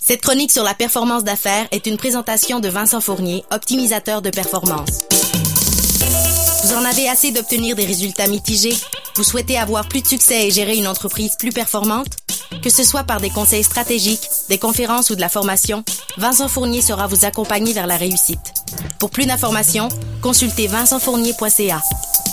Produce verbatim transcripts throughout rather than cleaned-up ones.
Cette chronique sur la performance d'affaires est une présentation de Vincent Fournier, optimisateur de performance. Vous en avez assez d'obtenir des résultats mitigés? Vous souhaitez avoir plus de succès et gérer une entreprise plus performante? Que ce soit par des conseils stratégiques, des conférences ou de la formation, Vincent Fournier saura vous accompagner vers la réussite. Pour plus d'informations, consultez vincent fournier point c a.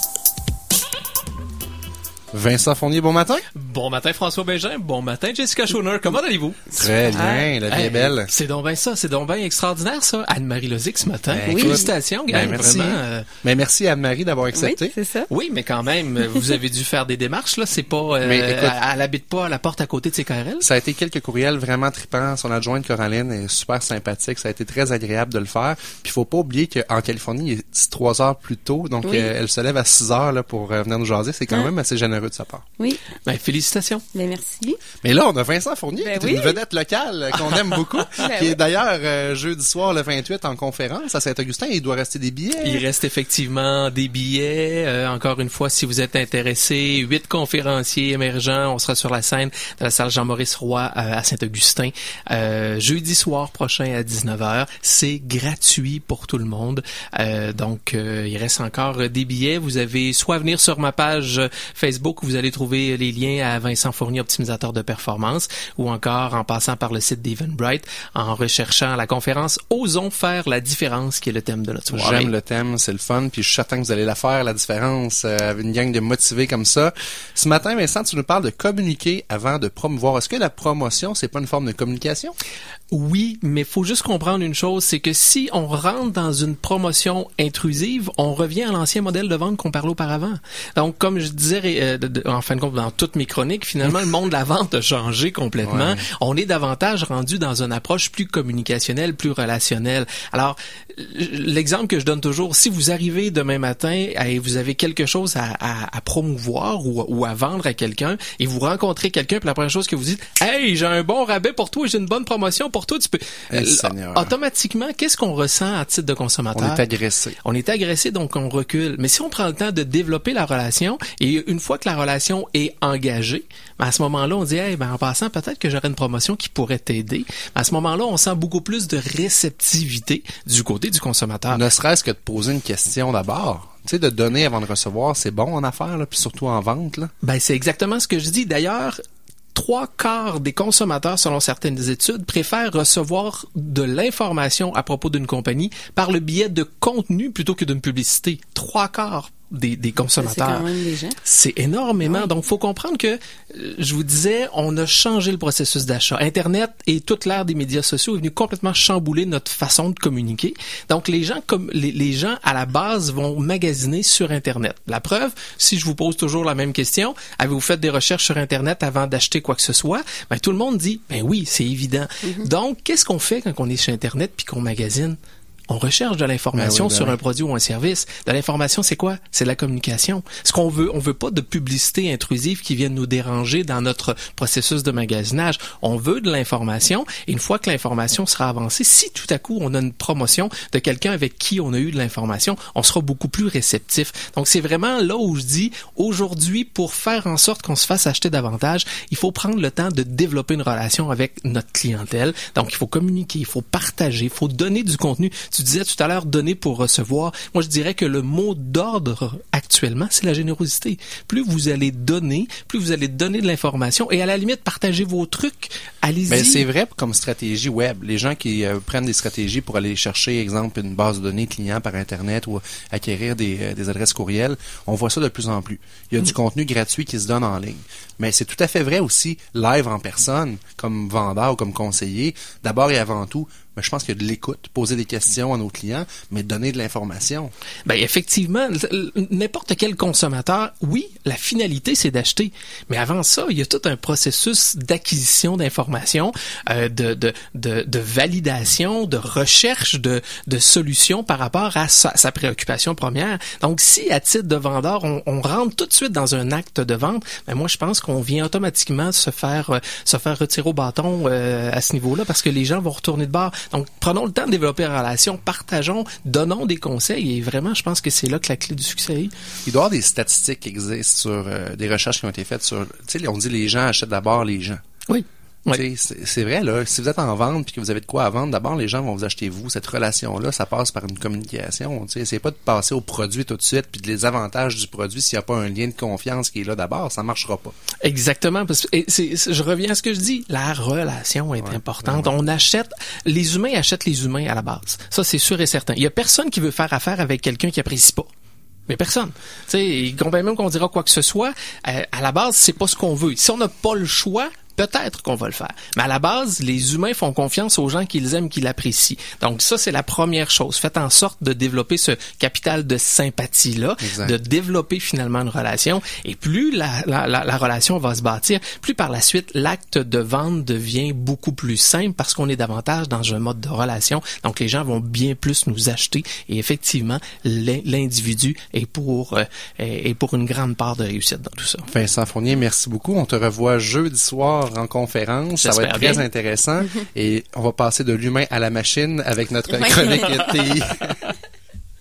Vincent Fournier, bon matin. Bon matin François Bégin, bon matin Jessica Schoner, comment allez-vous? Très bien, ah, la vie hey, est belle. C'est donc bien ça, c'est donc bien extraordinaire ça. Anne-Marie Lozic ce matin, ben, oui. Félicitations, ben, merci. Vraiment, euh... Mais merci Anne-Marie d'avoir accepté. Oui, c'est ça. Oui, mais quand même, vous avez dû faire des démarches là, c'est pas, euh, mais, écoute, elle, elle habite pas à la porte à côté de ses K R L. Ça a été quelques courriels vraiment tripants. Son adjointe Coraline est super sympathique, ça a été très agréable de le faire. Puis faut pas oublier qu'en Californie, il est trois heures plus tôt, donc oui. euh, elle se lève à six heures là pour euh, venir nous jaser. C'est quand hein? même assez généreux de sa part. Oui. Ben, félicitations. Ben, merci. Mais là, on a Vincent Fournier, ben qui est oui. une vedette locale qu'on aime beaucoup, ben qui oui. est d'ailleurs euh, jeudi soir le vingt-huit en conférence à Saint-Augustin. Il doit rester des billets. Il reste effectivement des billets. Euh, encore une fois, si vous êtes intéressé, huit conférenciers émergents. On sera sur la scène de la salle Jean-Maurice Roy euh, à Saint-Augustin euh, jeudi soir prochain à dix-neuf heures. C'est gratuit pour tout le monde. Euh, donc, euh, il reste encore des billets. Vous avez soit à venir sur ma page Facebook où vous allez trouver les liens à Vincent Fournier, optimisateur de performance, ou encore en passant par le site d'Eventbrite, en recherchant la conférence « Osons faire la différence » qui est le thème de notre soirée. J'aime le thème, c'est le fun, puis je suis certain que vous allez la faire, la différence, euh, avec une gang de motivés comme ça. Ce matin, Vincent, tu nous parles de communiquer avant de promouvoir. Est-ce que la promotion, c'est pas une forme de communication? Oui, mais faut juste comprendre une chose, c'est que si on rentre dans une promotion intrusive, on revient à l'ancien modèle de vente qu'on parlait auparavant. Donc, comme je disais, euh, de, de, en fin de compte, dans toutes mes chroniques, finalement, le monde de la vente a changé complètement. Ouais. On est davantage rendu dans une approche plus communicationnelle, plus relationnelle. Alors, l'exemple que je donne toujours, si vous arrivez demain matin et vous avez quelque chose à, à, à promouvoir ou, ou à vendre à quelqu'un, et vous rencontrez quelqu'un, puis la première chose que vous dites, « Hey, j'ai un bon rabais pour toi, j'ai une bonne promotion pour toi, tu peux... Hey, » Automatiquement, qu'est-ce qu'on ressent à titre de consommateur? On est agressé. On est agressé, donc on recule. Mais si on prend le temps de développer la relation, et une fois que la relation est engagée, ben à ce moment-là, on dit, hey, ben en passant, peut-être que j'aurais une promotion qui pourrait t'aider. À ce moment-là, on sent beaucoup plus de réceptivité du côté du consommateur. Ne serait-ce que de poser une question d'abord. Tu sais, de donner avant de recevoir, c'est bon en affaires, là, puis surtout en vente, là. Ben, c'est exactement ce que je dis. D'ailleurs, trois quarts des consommateurs, selon certaines études, préfèrent recevoir de l'information à propos d'une compagnie par le biais de contenu plutôt que d'une publicité. Trois quarts des, des consommateurs. C'est quand même des gens. C'est énormément. Oui. Donc, faut comprendre que, je vous disais, on a changé le processus d'achat. Internet et toute l'ère des médias sociaux est venu complètement chambouler notre façon de communiquer. Donc, les gens, comme les, les gens à la base vont magasiner sur Internet. La preuve, si je vous pose toujours la même question, avez-vous fait des recherches sur Internet avant d'acheter quoi que ce soit? Ben, tout le monde dit, ben oui, c'est évident. Mm-hmm. Donc, qu'est-ce qu'on fait quand on est sur Internet puis qu'on magasine? On recherche de l'information ben oui, ben sur oui. un produit ou un service. De l'information, c'est quoi? C'est de la communication. Ce qu'on veut, on veut pas de publicité intrusive qui vienne nous déranger dans notre processus de magasinage. On veut de l'information. Et une fois que l'information sera avancée, si tout à coup on a une promotion de quelqu'un avec qui on a eu de l'information, on sera beaucoup plus réceptif. Donc c'est vraiment là où je dis, aujourd'hui, pour faire en sorte qu'on se fasse acheter davantage, il faut prendre le temps de développer une relation avec notre clientèle. Donc il faut communiquer, il faut partager, il faut donner du contenu. Tu disais tout à l'heure, donner pour recevoir. Moi, je dirais que le mot d'ordre actuellement, c'est la générosité. Plus vous allez donner, plus vous allez donner de l'information et à la limite, partager vos trucs. Allez-y. Ben, c'est vrai comme stratégie web. Les gens qui euh, prennent des stratégies pour aller chercher, exemple, une base de données clients par Internet ou acquérir des, euh, des adresses courriels, on voit ça de plus en plus. Il y a mmh. du contenu gratuit qui se donne en ligne. Mais c'est tout à fait vrai aussi, live en personne, comme vendeur ou comme conseiller. D'abord et avant tout, mais je pense qu'il y a de l'écoute, poser des questions à nos clients, mais donner de l'information. Ben effectivement, n'importe quel consommateur, oui, la finalité c'est d'acheter, mais avant ça, il y a tout un processus d'acquisition d'informations, euh, de, de de de validation, de recherche de de solutions par rapport à sa, sa préoccupation première. Donc si à titre de vendeur, on, on rentre tout de suite dans un acte de vente, ben moi je pense qu'on vient automatiquement se faire euh, se faire retirer au bâton euh, à ce niveau-là parce que les gens vont retourner de bord. Donc, prenons le temps de développer la relation, partageons, donnons des conseils et vraiment, je pense que c'est là que la clé du succès est. Il doit y avoir des statistiques qui existent sur euh, des recherches qui ont été faites sur, tu sais, on dit les gens achètent d'abord les gens. Oui. Oui. C'est, c'est vrai, là, si vous êtes en vente puis que vous avez de quoi à vendre, d'abord, les gens vont vous acheter vous. Cette relation-là, ça passe par une communication. C'est pas de passer au produit tout de suite puis de les avantages du produit s'il n'y a pas un lien de confiance qui est là d'abord, ça marchera pas. Exactement. Parce que, et c'est, c'est, je reviens à ce que je dis. La relation est ouais, importante. Ouais, ouais. On achète, les humains achètent les humains à la base. Ça, c'est sûr et certain. Il y a personne qui veut faire affaire avec quelqu'un qui apprécie pas. Mais personne. Tu sais, quand même qu'on dira quoi que ce soit, euh, à la base, c'est pas ce qu'on veut. Si on n'a pas le choix, peut-être qu'on va le faire. Mais à la base, les humains font confiance aux gens qu'ils aiment, qu'ils apprécient. Donc ça, c'est la première chose. Faites en sorte de développer ce capital de sympathie-là, exact. De développer finalement une relation. Et plus la, la, la, la relation va se bâtir, plus par la suite, l'acte de vente devient beaucoup plus simple parce qu'on est davantage dans un mode de relation. Donc les gens vont bien plus nous acheter. Et effectivement, l'individu est pour, euh, est pour une grande part de réussite dans tout ça. Vincent Fournier, merci beaucoup. On te revoit jeudi soir en conférence. J'espère ça va être très bien. Intéressant. Et on va passer de l'humain à la machine avec notre chronique T I.